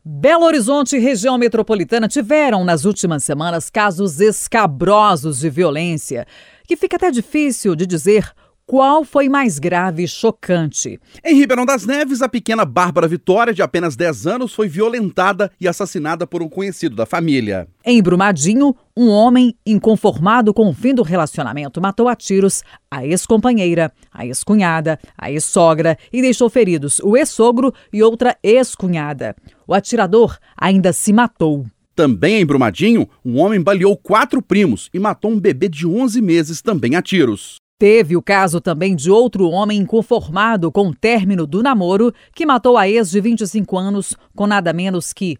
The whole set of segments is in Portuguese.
Belo Horizonte e região metropolitana tiveram nas últimas semanas casos escabrosos de violência, que fica até difícil de dizer qual foi mais grave e chocante. Em Ribeirão das Neves, a pequena Bárbara Vitória, de apenas 10 anos, foi violentada e assassinada por um conhecido da família. Em Brumadinho, um homem inconformado com o fim do relacionamento matou a tiros a ex-companheira, a ex-cunhada, a ex-sogra e deixou feridos o ex-sogro e outra ex-cunhada. O atirador ainda se matou. Também em Brumadinho, um homem baleou 4 primos e matou um bebê de 11 meses também a tiros. Teve o caso também de outro homem inconformado com o término do namoro que matou a ex de 25 anos com nada menos que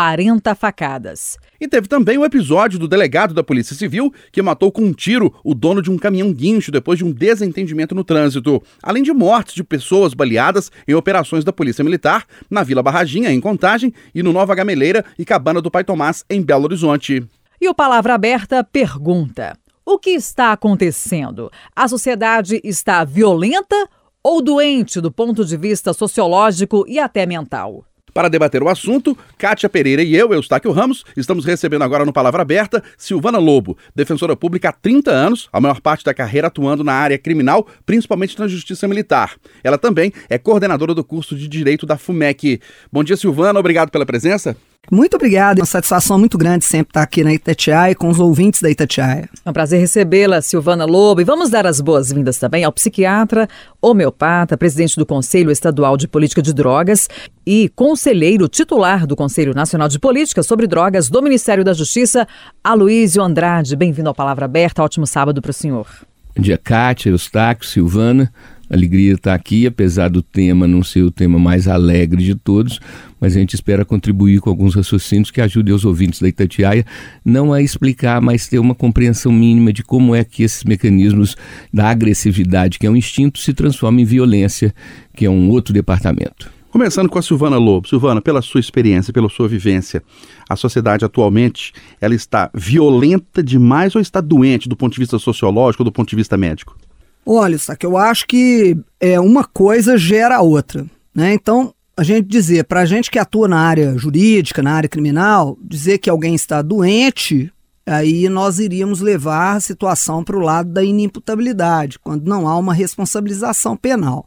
40 facadas. E teve também o episódio do delegado da Polícia Civil que matou com um tiro o dono de um caminhão guincho depois de um desentendimento no trânsito. Além de mortes de pessoas baleadas em operações da Polícia Militar na Vila Barraginha, em Contagem, e no Nova Gameleira e Cabana do Pai Tomás, em Belo Horizonte. E o Palavra Aberta pergunta: o que está acontecendo? A sociedade está violenta ou doente do ponto de vista sociológico e até mental? Para debater o assunto, Kátia Pereira e eu, Eustáquio Ramos, estamos recebendo agora no Palavra Aberta Silvana Lobo, defensora pública há 30 anos, a maior parte da carreira atuando na área criminal, principalmente na Justiça Militar. Ela também é coordenadora do curso de Direito da FUMEC. Bom dia, Silvana, obrigado pela presença. Muito obrigada, é uma satisfação muito grande sempre estar aqui na Itatiaia com os ouvintes da Itatiaia. É um prazer recebê-la, Silvana Lobo, e vamos dar as boas-vindas também ao psiquiatra, homeopata, presidente do Conselho Estadual de Política de Drogas e conselheiro titular do Conselho Nacional de Política sobre Drogas do Ministério da Justiça, Aloísio Andrade. Bem-vindo ao Palavra Aberta, ótimo sábado para o senhor. Bom dia, Kátia, Eustáquio, Silvana. Alegria estar aqui, apesar do tema não ser o tema mais alegre de todos, mas a gente espera contribuir com alguns raciocínios que ajudem os ouvintes da Itatiaia não a explicar, mas ter uma compreensão mínima de como é que esses mecanismos da agressividade, que é um instinto, se transformam em violência, que é um outro departamento. Começando com a Silvana Lobo. Silvana, pela sua experiência, pela sua vivência, a sociedade atualmente, ela está violenta demais ou está doente do ponto de vista sociológico ou do ponto de vista médico? Olha, Saque, eu acho que uma coisa gera a outra, né? Então, a gente dizer, para a gente que atua na área jurídica, na área criminal, dizer que alguém está doente, aí nós iríamos levar a situação para o lado da inimputabilidade, quando não há uma responsabilização penal.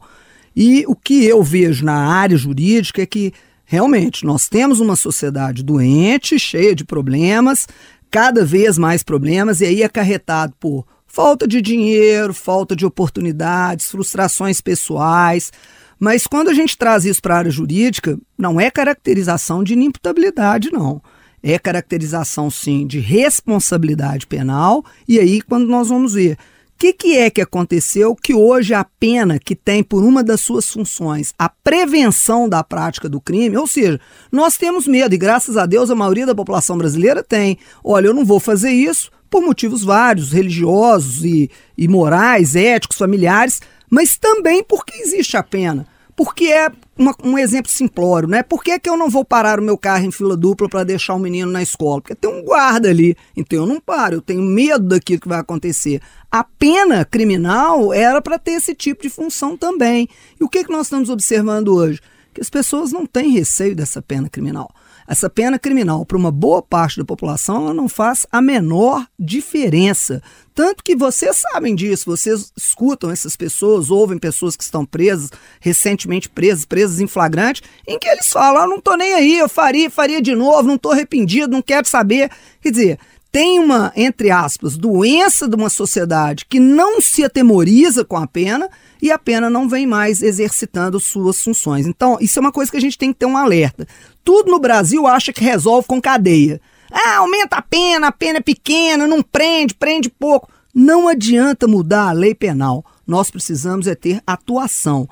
E o que eu vejo na área jurídica é que, realmente, nós temos uma sociedade doente, cheia de problemas, cada vez mais problemas, e aí acarretado por falta de dinheiro, falta de oportunidades, frustrações pessoais. Mas quando a gente traz isso para a área jurídica, não é caracterização de inimputabilidade, não. É caracterização, sim, de responsabilidade penal. E aí, quando nós vamos ver o que é que aconteceu, que hoje a pena que tem por uma das suas funções a prevenção da prática do crime, ou seja, nós temos medo, e graças a Deus a maioria da população brasileira tem. Olha, eu não vou fazer isso, por motivos vários, religiosos e morais, éticos, familiares, mas também porque existe a pena. Porque é um exemplo simplório, né? Por que eu não vou parar o meu carro em fila dupla para deixar um menino na escola? Porque tem um guarda ali, então eu não paro, eu tenho medo daquilo que vai acontecer. A pena criminal era para ter esse tipo de função também. E o que nós estamos observando hoje? Que as pessoas não têm receio dessa pena criminal. Essa pena criminal, para uma boa parte da população, ela não faz a menor diferença. Tanto que vocês sabem disso, vocês escutam essas pessoas, ouvem pessoas que estão presas, recentemente presas em flagrante, em que eles falam, não estou nem aí, eu faria de novo, não estou arrependido, não quero saber. Quer dizer, tem uma, entre aspas, doença de uma sociedade que não se atemoriza com a pena e a pena não vem mais exercitando suas funções. Então, isso é uma coisa que a gente tem que ter um alerta. Tudo no Brasil acha que resolve com cadeia. Aumenta a pena é pequena, não prende pouco. Não adianta mudar a lei penal. Nós precisamos ter atuação.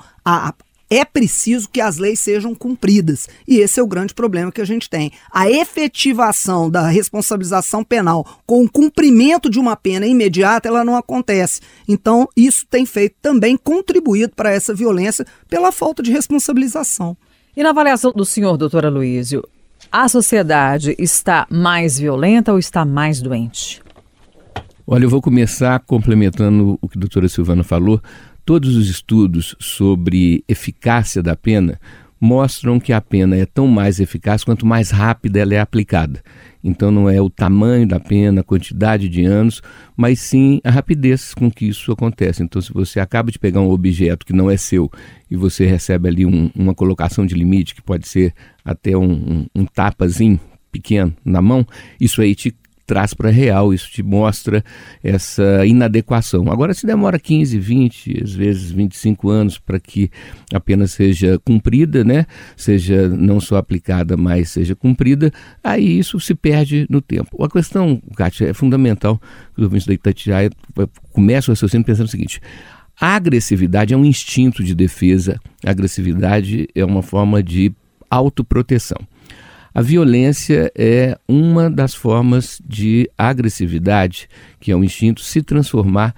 É preciso que as leis sejam cumpridas. E esse é o grande problema que a gente tem. A efetivação da responsabilização penal com o cumprimento de uma pena imediata, ela não acontece. Então, isso tem feito também contribuído para essa violência pela falta de responsabilização. E na avaliação do senhor, doutor Aloísio, a sociedade está mais violenta ou está mais doente? Olha, eu vou começar complementando o que a doutora Silvana falou. Todos os estudos sobre eficácia da pena mostram que a pena é tão mais eficaz quanto mais rápida ela é aplicada. Então não é o tamanho da pena, a quantidade de anos, mas sim a rapidez com que isso acontece. Então se você acaba de pegar um objeto que não é seu e você recebe ali uma colocação de limite, que pode ser até um tapazinho pequeno na mão, isso aí te traz para real, isso te mostra essa inadequação. Agora, se demora 15, 20, às vezes 25 anos para que a pena seja cumprida, né? Seja não só aplicada, mas seja cumprida, aí isso se perde no tempo. A questão, Kátia, é fundamental que os ouvintes da Itatiaia começam o raciocínio pensando o seguinte: a agressividade é um instinto de defesa, a agressividade é uma forma de autoproteção. A violência é uma das formas de agressividade, que é um instinto, se transformar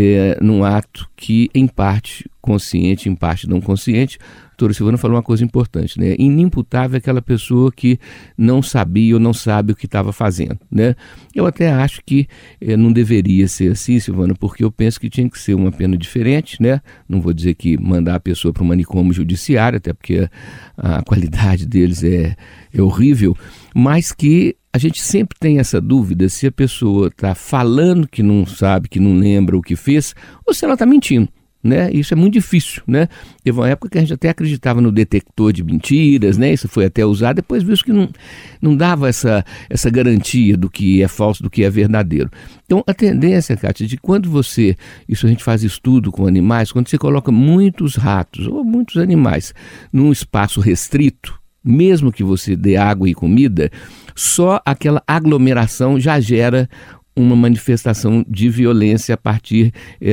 num ato que, em parte consciente, em parte não consciente. O doutor Silvano falou uma coisa importante, né? Inimputável é aquela pessoa que não sabia ou não sabe o que estava fazendo, né? Eu até acho que não deveria ser assim, Silvano, porque eu penso que tinha que ser uma pena diferente, né? Não vou dizer que mandar a pessoa para um manicômio judiciário, até porque a qualidade deles é horrível, mas que a gente sempre tem essa dúvida se a pessoa está falando que não sabe, que não lembra o que fez, ou se ela está mentindo. Né? Isso é muito difícil, né? Teve uma época que a gente até acreditava no detector de mentiras, né? Isso foi até usado, depois viu que não dava essa garantia do que é falso, do que é verdadeiro. Então a tendência, Kátia, de quando você, isso a gente faz estudo com animais, quando você coloca muitos ratos ou muitos animais num espaço restrito, mesmo que você dê água e comida, só aquela aglomeração já gera uma manifestação de violência a partir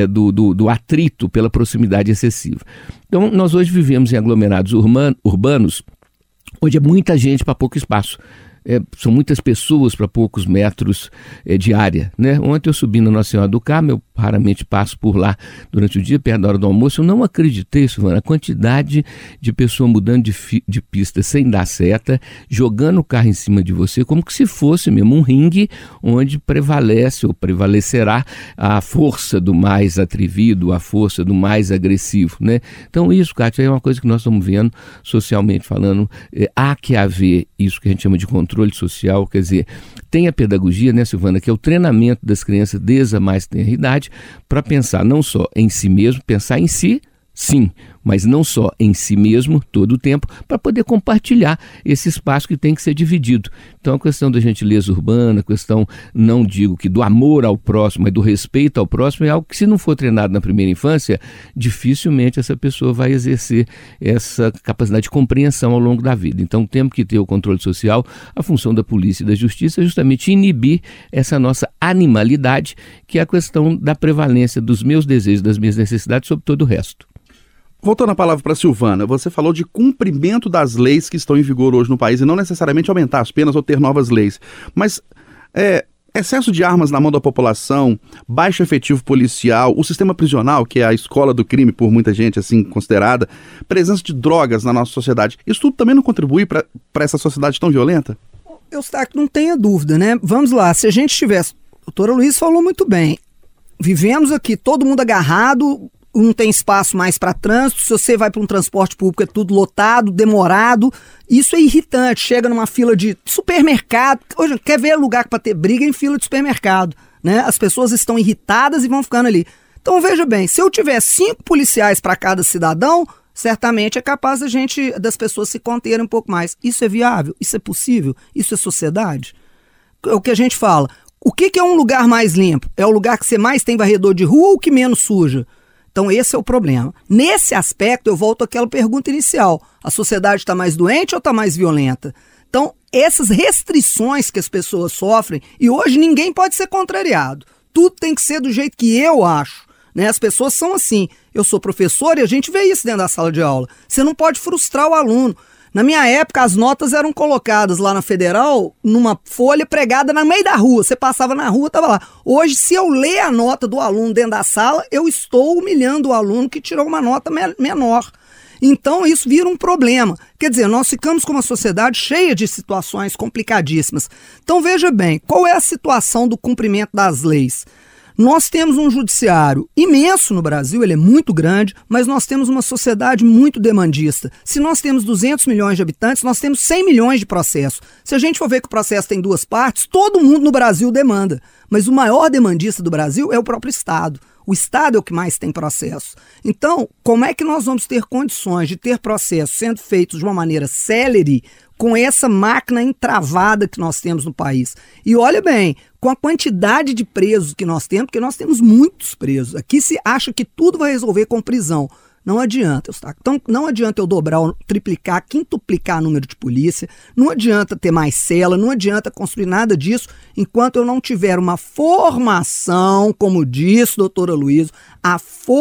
do atrito pela proximidade excessiva. Então, nós hoje vivemos em aglomerados urbanos, onde é muita gente para pouco espaço. São muitas pessoas para poucos metros de área, né? Ontem eu subi na Nossa Senhora do Carmo, eu raramente passo por lá durante o dia, perto da hora do almoço. Eu não acreditei, Silvana, a quantidade de pessoas mudando de pista sem dar seta, jogando o carro em cima de você, como que se fosse mesmo um ringue onde prevalece ou prevalecerá a força do mais atrevido, a força do mais agressivo, né? Então isso, Kátia, é uma coisa que nós estamos vendo socialmente falando. Há que haver isso que a gente chama de controle social, quer dizer, tem a pedagogia, né, Silvana, que é o treinamento das crianças desde a mais tenra idade para pensar não só em si mesmo, pensar em si, sim, mas não só em si mesmo todo o tempo, para poder compartilhar esse espaço que tem que ser dividido. Então a questão da gentileza urbana, a questão, não digo que do amor ao próximo, mas do respeito ao próximo, é algo que, se não for treinado na primeira infância, dificilmente essa pessoa vai exercer essa capacidade de compreensão ao longo da vida. Então temos que ter o controle social. A função da polícia e da justiça é justamente inibir essa nossa animalidade, que é a questão da prevalência dos meus desejos, das minhas necessidades sobre todo o resto. Voltando a palavra para a Silvana, você falou de cumprimento das leis que estão em vigor hoje no país e não necessariamente aumentar as penas ou ter novas leis. Mas excesso de armas na mão da população, baixo efetivo policial, o sistema prisional, que é a escola do crime por muita gente assim considerada, presença de drogas na nossa sociedade, isso tudo também não contribui para essa sociedade tão violenta? Eustáquio, não tenha dúvida, né? Vamos lá, se a gente tivesse... A doutora Luiz falou muito bem. Vivemos aqui todo mundo agarrado, não tem espaço mais para trânsito, se você vai para um transporte público é tudo lotado, demorado, isso é irritante, chega numa fila de supermercado, hoje quer ver lugar para ter briga em fila de supermercado, né? As pessoas estão irritadas e vão ficando ali. Então veja bem, se eu tiver 5 policiais para cada cidadão, certamente é capaz das pessoas se conterem um pouco mais. Isso é viável? Isso é possível? Isso é sociedade? É o que a gente fala. O que é um lugar mais limpo? É o lugar que você mais tem varredor de rua ou o que menos suja? Então esse é o problema. Nesse aspecto, eu volto àquela pergunta inicial. A sociedade está mais doente ou está mais violenta? Então, essas restrições que as pessoas sofrem, e hoje ninguém pode ser contrariado. Tudo tem que ser do jeito que eu acho. Né? As pessoas são assim. Eu sou professor e a gente vê isso dentro da sala de aula. Você não pode frustrar o aluno. Na minha época, as notas eram colocadas lá na Federal, numa folha pregada no meio da rua. Você passava na rua, estava lá. Hoje, se eu ler a nota do aluno dentro da sala, eu estou humilhando o aluno que tirou uma nota menor. Então, isso vira um problema. Quer dizer, nós ficamos com uma sociedade cheia de situações complicadíssimas. Então, veja bem, qual é a situação do cumprimento das leis? Nós temos um judiciário imenso no Brasil, ele é muito grande, mas nós temos uma sociedade muito demandista. Se nós temos 200 milhões de habitantes, nós temos 100 milhões de processos. Se a gente for ver que o processo tem 2 partes, todo mundo no Brasil demanda. Mas o maior demandista do Brasil é o próprio Estado. O Estado é o que mais tem processos. Então, como é que nós vamos ter condições de ter processos sendo feitos de uma maneira célere com essa máquina entravada que nós temos no país? E olha bem, com a quantidade de presos que nós temos, porque nós temos muitos presos. Aqui se acha que tudo vai resolver com prisão. Não adianta, Eustáquio. Então, não adianta eu dobrar, triplicar, quintuplicar o número de polícia, não adianta ter mais cela, não adianta construir nada disso enquanto eu não tiver uma formação, como disse doutora Luísa, a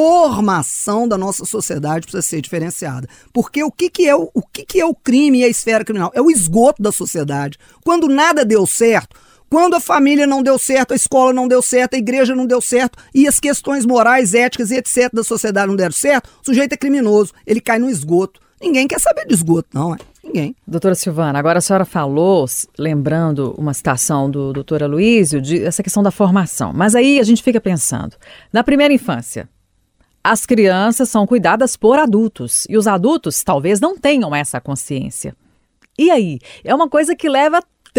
formação da nossa sociedade precisa ser diferenciada. Porque o que é o crime e a esfera criminal? É o esgoto da sociedade. Quando nada deu certo, quando a família não deu certo, a escola não deu certo, a igreja não deu certo e as questões morais, éticas e etc. da sociedade não deram certo, o sujeito é criminoso, ele cai no esgoto. Ninguém quer saber de esgoto, não, ninguém. Doutora Silvana, agora a senhora falou, lembrando uma citação do doutor Aloysio, essa questão da formação. Mas aí a gente fica pensando, na primeira infância, as crianças são cuidadas por adultos e os adultos talvez não tenham essa consciência. E aí? É uma coisa que leva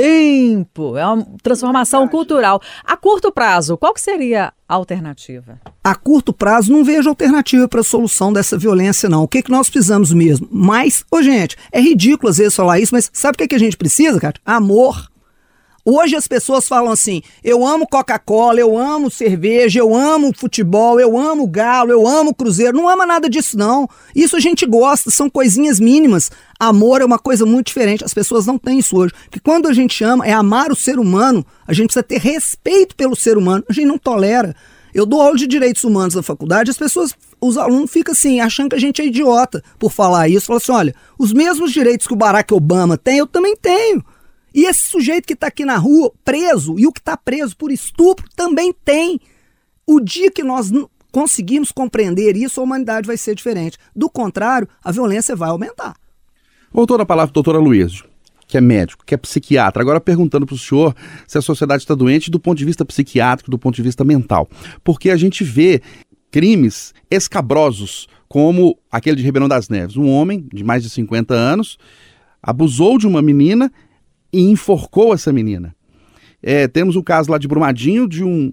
tempo, é uma transformação cultural. A curto prazo, qual que seria a alternativa? A curto prazo, não vejo alternativa para a solução dessa violência, não. O que nós precisamos mesmo? Mas, gente, é ridículo às vezes falar isso, mas sabe o que a gente precisa, cara? Amor. Hoje as pessoas falam assim, eu amo Coca-Cola, eu amo cerveja, eu amo futebol, eu amo Galo, eu amo Cruzeiro. Não ama nada disso, não. Isso a gente gosta, são coisinhas mínimas. Amor é uma coisa muito diferente, as pessoas não têm isso hoje. Porque quando a gente ama, é amar o ser humano, a gente precisa ter respeito pelo ser humano, a gente não tolera. Eu dou aula de direitos humanos na faculdade, as pessoas, os alunos ficam assim, achando que a gente é idiota por falar isso. Falam assim, olha, os mesmos direitos que o Barack Obama tem, eu também tenho. E esse sujeito que está aqui na rua, preso, e o que está preso por estupro, também tem. O dia que nós conseguimos compreender isso, a humanidade vai ser diferente. Do contrário, a violência vai aumentar. Voltou na palavra doutora Aloysio, que é médico, que é psiquiatra. Agora perguntando para o senhor se a sociedade está doente do ponto de vista psiquiátrico, do ponto de vista mental. Porque a gente vê crimes escabrosos, como aquele de Ribeirão das Neves. Um homem de mais de 50 anos abusou de uma menina e enforcou essa menina. Temos o caso lá de Brumadinho de um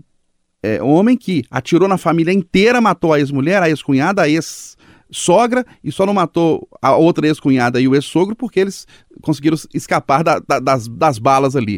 homem que atirou na família inteira, matou a ex-mulher, a ex-cunhada, a ex-sogra e só não matou a outra ex-cunhada e o ex-sogro porque eles conseguiram escapar das balas ali.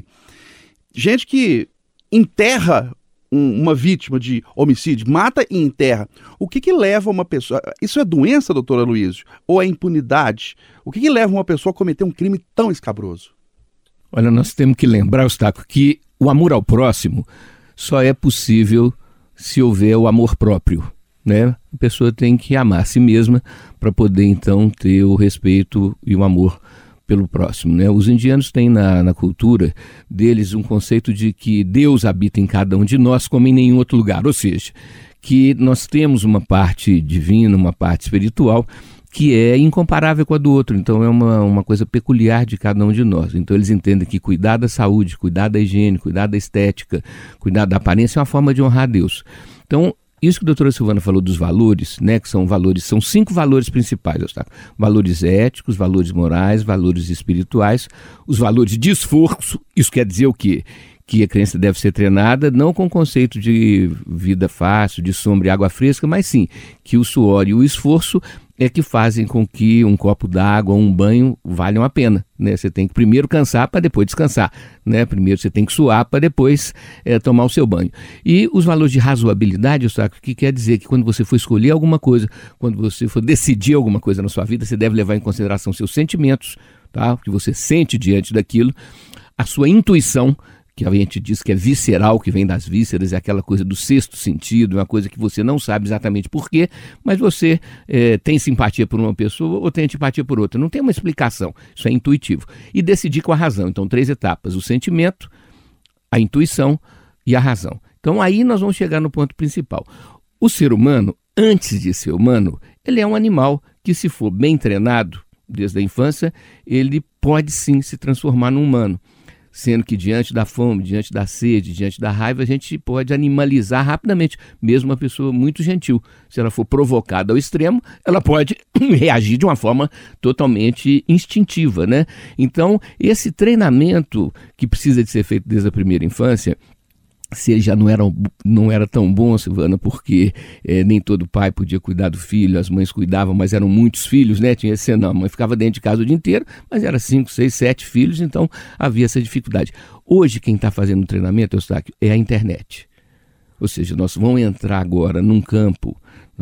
Gente que enterra uma vítima de homicídio, mata e enterra. O que leva uma pessoa... Isso é doença, doutora Aloysio? Ou é impunidade? O que leva uma pessoa a cometer um crime tão escabroso? Olha, nós temos que lembrar, Eustáquio, que o amor ao próximo só é possível se houver o amor próprio, né? A pessoa tem que amar a si mesma para poder, então, ter o respeito e o amor pelo próximo, né? Os indianos têm na cultura deles um conceito de que Deus habita em cada um de nós como em nenhum outro lugar, ou seja, que nós temos uma parte divina, uma parte espiritual que é incomparável com a do outro, então é uma coisa peculiar de cada um de nós. Então eles entendem que cuidar da saúde, cuidar da higiene, cuidar da estética, cuidar da aparência é uma forma de honrar a Deus. Então, isso que a doutora Silvana falou dos valores, né, que são 5 valores principais, tá? Valores éticos, valores morais, valores espirituais, os valores de esforço, isso quer dizer o quê? Que a criança deve ser treinada não com o conceito de vida fácil, de sombra e água fresca, mas sim que o suor e o esforço é que fazem com que um copo d'água ou um banho valham a pena, né? Você tem que primeiro cansar para depois descansar, né? Primeiro você tem que suar para depois tomar o seu banho. E os valores de razoabilidade, Eustáquio, que quer dizer que quando você for escolher alguma coisa, quando você for decidir alguma coisa na sua vida, você deve levar em consideração seus sentimentos, tá? O que você sente diante daquilo, a sua intuição, que a gente diz que é visceral, que vem das vísceras, é aquela coisa do sexto sentido, é uma coisa que você não sabe exatamente por quê, mas você tem simpatia por uma pessoa ou tem antipatia por outra. Não tem uma explicação, isso é intuitivo. E decidir com a razão. Então, 3 etapas, o sentimento, a intuição e a razão. Então, aí nós vamos chegar no ponto principal. O ser humano, antes de ser humano, ele é um animal que, se for bem treinado, desde a infância, ele pode sim se transformar num humano. sendo que diante da fome, diante da sede, diante da raiva, a gente pode animalizar rapidamente, mesmo uma pessoa muito gentil. Se ela for provocada ao extremo, ela pode reagir de uma forma totalmente instintiva, né? Então, esse treinamento que precisa de ser feito desde a primeira infância, se ele já não era tão bom, Silvana, porque nem todo pai podia cuidar do filho, as mães cuidavam, mas eram muitos filhos, né? Tinha esse, não, a mãe ficava dentro de casa o dia inteiro, mas era 5, 6, 7 filhos, então havia essa dificuldade. Hoje, quem está fazendo o treinamento, Eustáquio, é a internet. Ou seja, nós vamos entrar agora num campo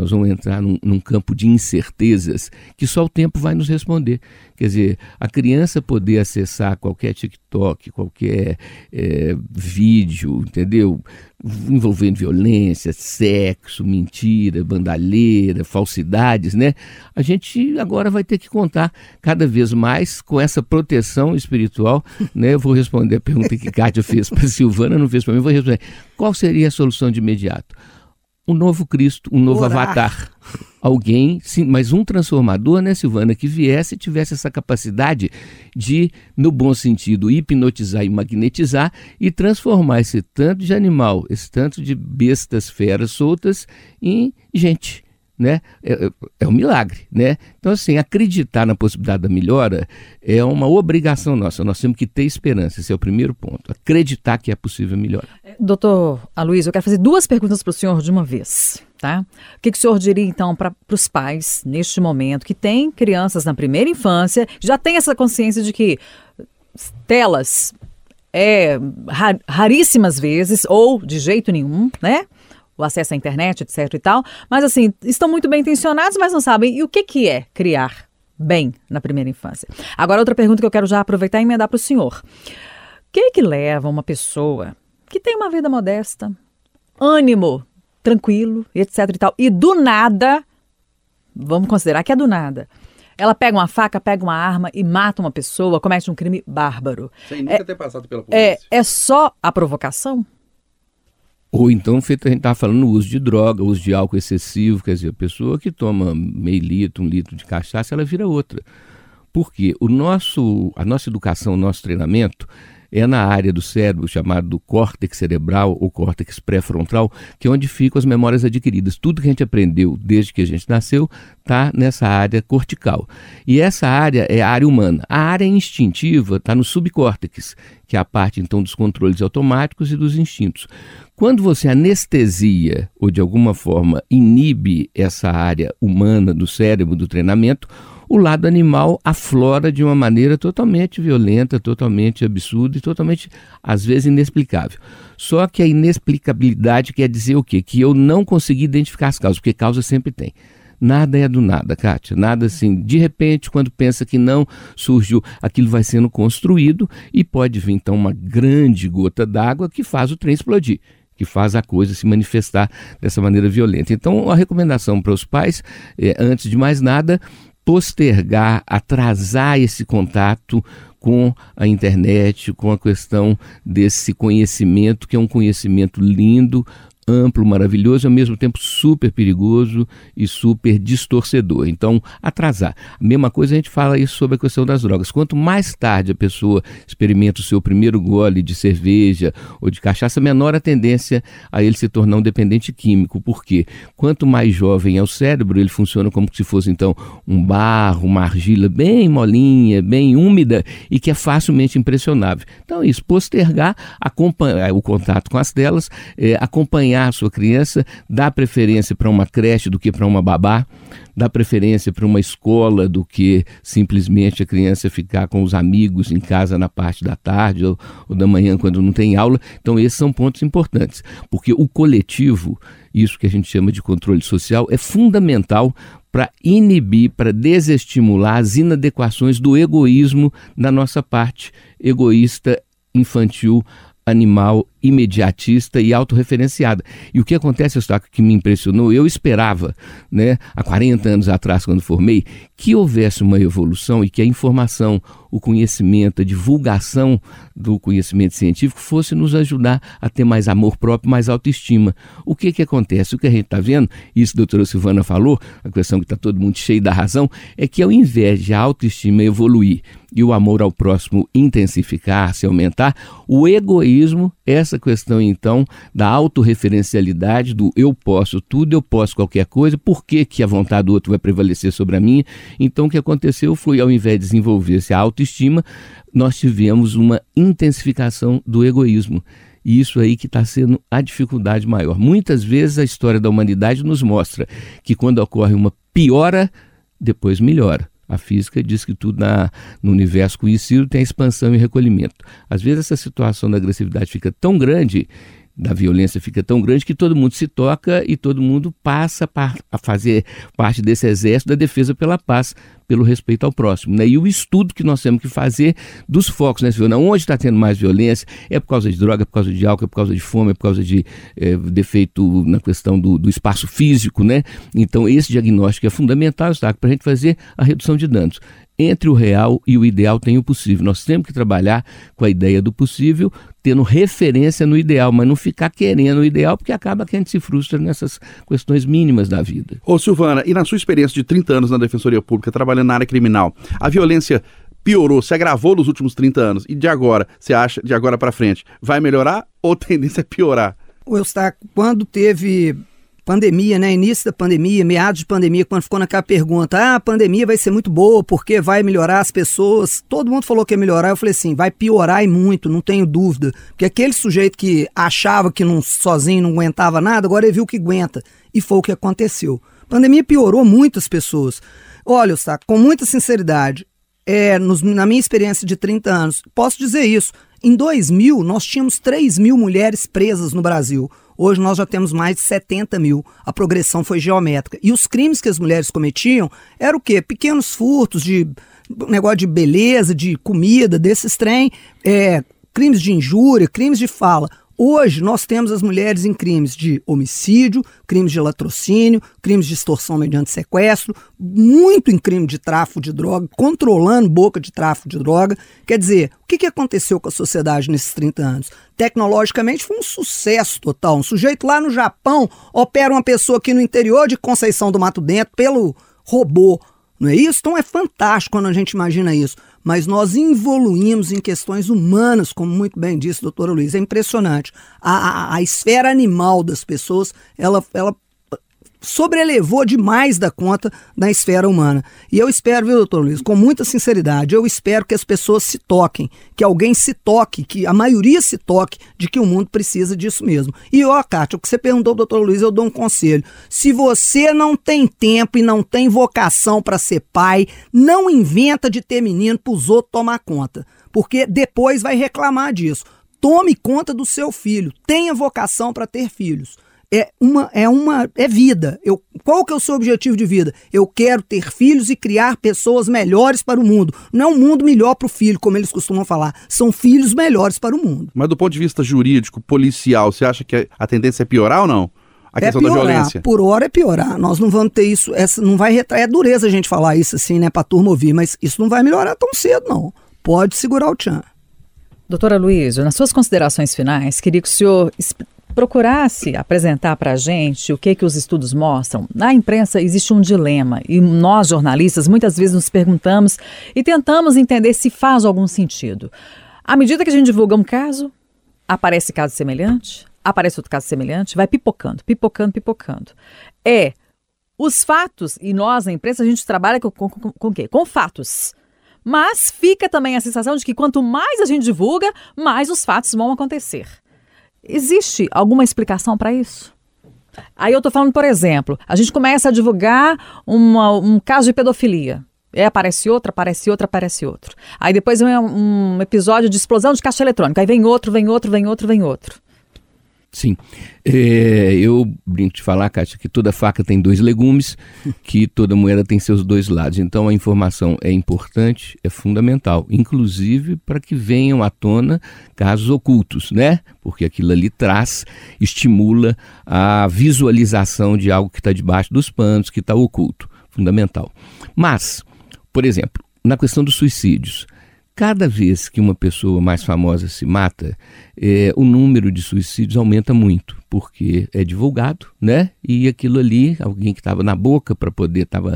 de incertezas que só o tempo vai nos responder. Quer dizer, a criança poder acessar qualquer TikTok, qualquer vídeo, entendeu? Envolvendo violência, sexo, mentira, bandalheira, falsidades, né? A gente agora vai ter que contar cada vez mais com essa proteção espiritual, né? Eu vou responder a pergunta que Kátia fez para a Silvana, não fez para mim, eu vou responder. Qual seria a solução de imediato? Um novo Cristo, um novo avatar. Alguém, sim, mas um transformador, né, Silvana, que viesse e tivesse essa capacidade de, no bom sentido, hipnotizar e magnetizar e transformar esse tanto de animal, esse tanto de bestas, feras soltas em gente. Né? É um milagre, né? Então, assim, acreditar na possibilidade da melhora é uma obrigação nossa. Nós temos que ter esperança, esse é o primeiro ponto. Acreditar que é possível melhorar. Doutor Aloysio, eu quero fazer 2 perguntas para o senhor de uma vez, tá? O que o senhor diria, então, para os pais, neste momento, que têm crianças na primeira infância, já tem essa consciência de que telas raríssimas vezes, ou de jeito nenhum, né? O acesso à internet, etc e tal, mas assim, estão muito bem intencionados, mas não sabem. E o que é criar bem na primeira infância? Agora, outra pergunta que eu quero já aproveitar e emendar para o senhor. O que leva uma pessoa que tem uma vida modesta, ânimo tranquilo, etc e tal, e do nada, vamos considerar que é do nada, ela pega uma faca, pega uma arma e mata uma pessoa, comete um crime bárbaro. Sem nunca ter passado pela polícia. É só a provocação? Ou então, a gente estava falando, o uso de droga, o uso de álcool excessivo, quer dizer, a pessoa que toma meio litro, 1 litro de cachaça, ela vira outra. Por quê? A nossa educação, o nosso treinamento é na área do cérebro chamado córtex cerebral ou córtex pré-frontal, que é onde ficam as memórias adquiridas. Tudo que a gente aprendeu desde que a gente nasceu está nessa área cortical. E essa área é a área humana. A área instintiva está no subcórtex, que é a parte então dos controles automáticos e dos instintos. Quando você anestesia ou de alguma forma inibe essa área humana do cérebro, do treinamento, o lado animal aflora de uma maneira totalmente violenta, totalmente absurda e totalmente, às vezes, inexplicável. Só que a inexplicabilidade quer dizer o quê? Que eu não consegui identificar as causas, porque causa sempre tem. Nada é do nada, Kátia, nada assim, de repente, quando pensa que não surgiu, aquilo vai sendo construído e pode vir então uma grande gota d'água que faz o trem explodir, que faz a coisa se manifestar dessa maneira violenta. Então, a recomendação para os pais, antes de mais nada, postergar, atrasar esse contato com a internet, com a questão desse conhecimento, que é um conhecimento lindo, amplo, maravilhoso, ao mesmo tempo super perigoso e super distorcedor. Então, atrasar. A mesma coisa a gente fala isso sobre a questão das drogas. Quanto mais tarde a pessoa experimenta o seu primeiro gole de cerveja ou de cachaça, menor a tendência a ele se tornar um dependente químico. Por quê? Quanto mais jovem é o cérebro, ele funciona como se fosse, então, um barro, uma argila bem molinha, bem úmida e que é facilmente impressionável. Então, isso, postergar, acompanhar o contato com as telas, acompanhar a sua criança, dá preferência para uma creche do que para uma babá, dá preferência para uma escola do que simplesmente a criança ficar com os amigos em casa na parte da tarde ou da manhã quando não tem aula. Então esses são pontos importantes, porque o coletivo, isso que a gente chama de controle social, é fundamental para inibir, para desestimular as inadequações do egoísmo da nossa parte egoísta, infantil, animal imediatista e autorreferenciada. E o que acontece, Eustáquio, que me impressionou, eu esperava, né, há 40 anos atrás, quando formei, que houvesse uma evolução e que a informação, o conhecimento, a divulgação do conhecimento científico fosse nos ajudar a ter mais amor próprio, mais autoestima. O que acontece? O que a gente está vendo, isso a doutora Silvana falou, a questão que está todo mundo cheio da razão, é que ao invés de a autoestima evoluir e o amor ao próximo intensificar, se aumentar, o egoísmo, essa questão então da autorreferencialidade, do eu posso tudo, eu posso qualquer coisa, por que a vontade do outro vai prevalecer sobre a minha? Então o que aconteceu foi, ao invés de desenvolver-se a autoestima, nós tivemos uma intensificação do egoísmo. E isso aí que está sendo a dificuldade maior. Muitas vezes a história da humanidade nos mostra que quando ocorre uma piora, depois melhora. A física diz que tudo no universo conhecido tem expansão e recolhimento. Às vezes essa situação da agressividade fica tão grande, da violência fica tão grande, que todo mundo se toca e todo mundo passa a fazer parte desse exército da defesa pela paz, pelo respeito ao próximo, né? E o estudo que nós temos que fazer dos focos, né, Silvana? Onde está tendo mais violência? É por causa de droga, é por causa de álcool, é por causa de fome, é por causa de defeito na questão do espaço físico, né? Então esse diagnóstico é fundamental, para a gente fazer a redução de danos. Entre o real e o ideal tem o possível. Nós temos que trabalhar com a ideia do possível, tendo referência no ideal, mas não ficar querendo o ideal, porque acaba que a gente se frustra nessas questões mínimas da vida. Ô Silvana, e na sua experiência de 30 anos na Defensoria Pública, trabalhando na área criminal, a violência piorou, se agravou nos últimos 30 anos, e de agora, você acha, de agora para frente, vai melhorar ou tendência é piorar? O Eustáquio, quando teve pandemia, né, início da pandemia, meados de pandemia, quando ficou naquela pergunta, a pandemia vai ser muito boa porque vai melhorar as pessoas, todo mundo falou que ia melhorar, eu falei assim, vai piorar e muito, não tenho dúvida, porque aquele sujeito que achava que sozinho não aguentava nada, agora ele viu que aguenta, e foi o que aconteceu. A pandemia piorou muito as pessoas. Olha, Eustáquio, com muita sinceridade, na minha experiência de 30 anos, posso dizer isso, em 2000 nós tínhamos 3 mil mulheres presas no Brasil. Hoje nós já temos mais de 70 mil. A progressão foi geométrica. E os crimes que as mulheres cometiam eram o quê? Pequenos furtos de negócio de beleza, de comida, desses trem, crimes de injúria, crimes de fala. Hoje nós temos as mulheres em crimes de homicídio, crimes de latrocínio, crimes de extorsão mediante sequestro, muito em crime de tráfico de droga, controlando boca de tráfico de droga. Quer dizer, o que aconteceu com a sociedade nesses 30 anos? Tecnologicamente foi um sucesso total. Um sujeito lá no Japão opera uma pessoa aqui no interior de Conceição do Mato Dentro pelo robô. Não é isso? Então é fantástico quando a gente imagina isso. Mas nós evoluímos em questões humanas, como muito bem disse a doutora Luiz. É impressionante. A esfera animal das pessoas, ela sobrelevou demais da conta da esfera humana. E eu espero, viu, doutor Luiz, com muita sinceridade, eu espero que as pessoas se toquem, que alguém se toque, que a maioria se toque de que o mundo precisa disso mesmo. E ó, Kátia, o que você perguntou, doutor Luiz, eu dou um conselho. Se você não tem tempo e não tem vocação para ser pai, não inventa de ter menino para os outros tomar conta, porque depois vai reclamar disso. Tome conta do seu filho, tenha vocação para ter filhos. É vida. Qual que é o seu objetivo de vida? Eu quero ter filhos e criar pessoas melhores para o mundo. Não é um mundo melhor para o filho, como eles costumam falar. São filhos melhores para o mundo. Mas do ponto de vista jurídico, policial, você acha que a tendência é piorar ou não? A questão da violência. Por hora é piorar. Nós não vamos ter isso. Não vai retrair. É dureza a gente falar isso assim, né, para a turma ouvir, mas isso não vai melhorar tão cedo, não. Pode segurar o tchan. Doutora Luísa, nas suas considerações finais, queria que o senhor procurasse apresentar para a gente o que os estudos mostram. Na imprensa existe um dilema e nós, jornalistas, muitas vezes nos perguntamos e tentamos entender se faz algum sentido. À medida que a gente divulga um caso, aparece caso semelhante, aparece outro caso semelhante, vai pipocando. Os fatos, e nós, na imprensa, a gente trabalha com o quê? Com fatos. Mas fica também a sensação de que quanto mais a gente divulga, mais os fatos vão acontecer. Existe alguma explicação para isso? Aí eu estou falando, por exemplo, a gente começa a divulgar um caso de pedofilia. Aparece outro. Aí depois vem um episódio de explosão de caixa eletrônica. Aí vem outro. Sim. Eu brinco de falar, Kátia, que toda faca tem 2 legumes, que toda moeda tem seus 2 lados. Então a informação é importante, é fundamental, inclusive para que venham à tona casos ocultos, né? Porque aquilo ali estimula a visualização de algo que está debaixo dos panos, que está oculto. Fundamental. Mas, por exemplo, na questão dos suicídios, cada vez que uma pessoa mais famosa se mata, o número de suicídios aumenta muito, porque é divulgado, né? E aquilo ali, alguém que estava na boca para poder, estava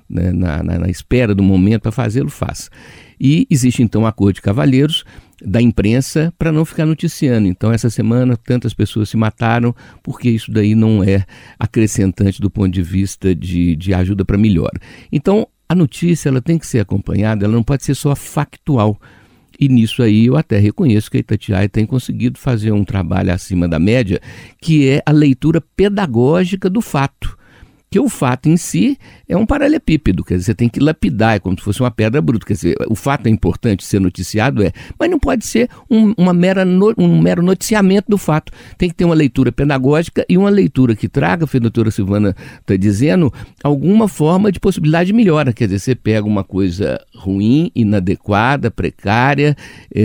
na espera do momento para fazê-lo, faz. E existe então um acordo de cavalheiros da imprensa para não ficar noticiando. Então essa semana tantas pessoas se mataram, porque isso daí não é acrescentante do ponto de vista de ajuda para melhora. Então a notícia ela tem que ser acompanhada, ela não pode ser só factual. E nisso aí eu até reconheço que a Itatiaia tem conseguido fazer um trabalho acima da média, que é a leitura pedagógica do fato. Que o fato em si é um paralelepípedo, quer dizer, você tem que lapidar, é como se fosse uma pedra bruta, quer dizer, o fato é importante ser noticiado, mas não pode ser um mero noticiamento do fato, tem que ter uma leitura pedagógica e uma leitura que traga, a doutora Silvana está dizendo, alguma forma de possibilidade de melhora, quer dizer, você pega uma coisa ruim, inadequada, precária,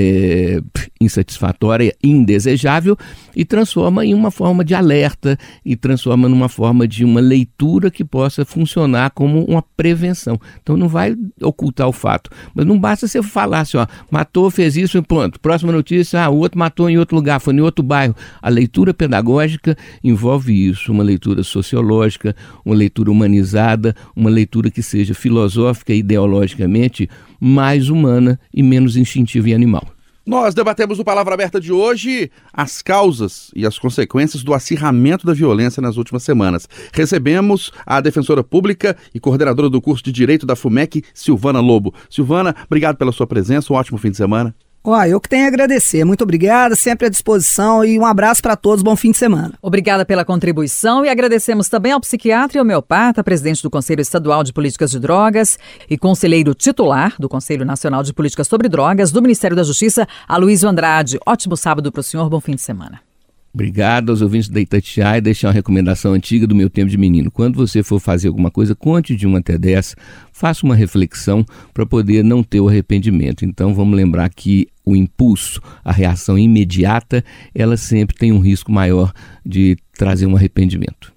insatisfatória, indesejável e transforma em uma forma de alerta e transforma numa forma de uma leitura que possa funcionar como uma prevenção. Então não vai ocultar o fato, mas não basta você falar assim, matou, fez isso e pronto, próxima notícia, o outro matou em outro lugar, foi em outro bairro. A leitura pedagógica envolve isso, uma leitura sociológica, uma leitura humanizada, uma leitura que seja filosófica e ideologicamente mais humana e menos instintiva e animal. Nós debatemos no Palavra Aberta de hoje as causas e as consequências do acirramento da violência nas últimas semanas. Recebemos a defensora pública e coordenadora do curso de Direito da FUMEC, Silvana Lobo. Silvana, obrigado pela sua presença, um ótimo fim de semana. Eu que tenho a agradecer. Muito obrigada, sempre à disposição e um abraço para todos, bom fim de semana. Obrigada pela contribuição e agradecemos também ao psiquiatra e homeopata, presidente do Conselho Estadual de Políticas de Drogas e conselheiro titular do Conselho Nacional de Políticas sobre Drogas do Ministério da Justiça, Aloysio Andrade. Ótimo sábado para o senhor, bom fim de semana. Obrigado aos ouvintes da Itatiaia e deixar uma recomendação antiga do meu tempo de menino. Quando você for fazer alguma coisa, conte de 1 até 10, faça uma reflexão para poder não ter o arrependimento. Então vamos lembrar que o impulso, a reação imediata, ela sempre tem um risco maior de trazer um arrependimento.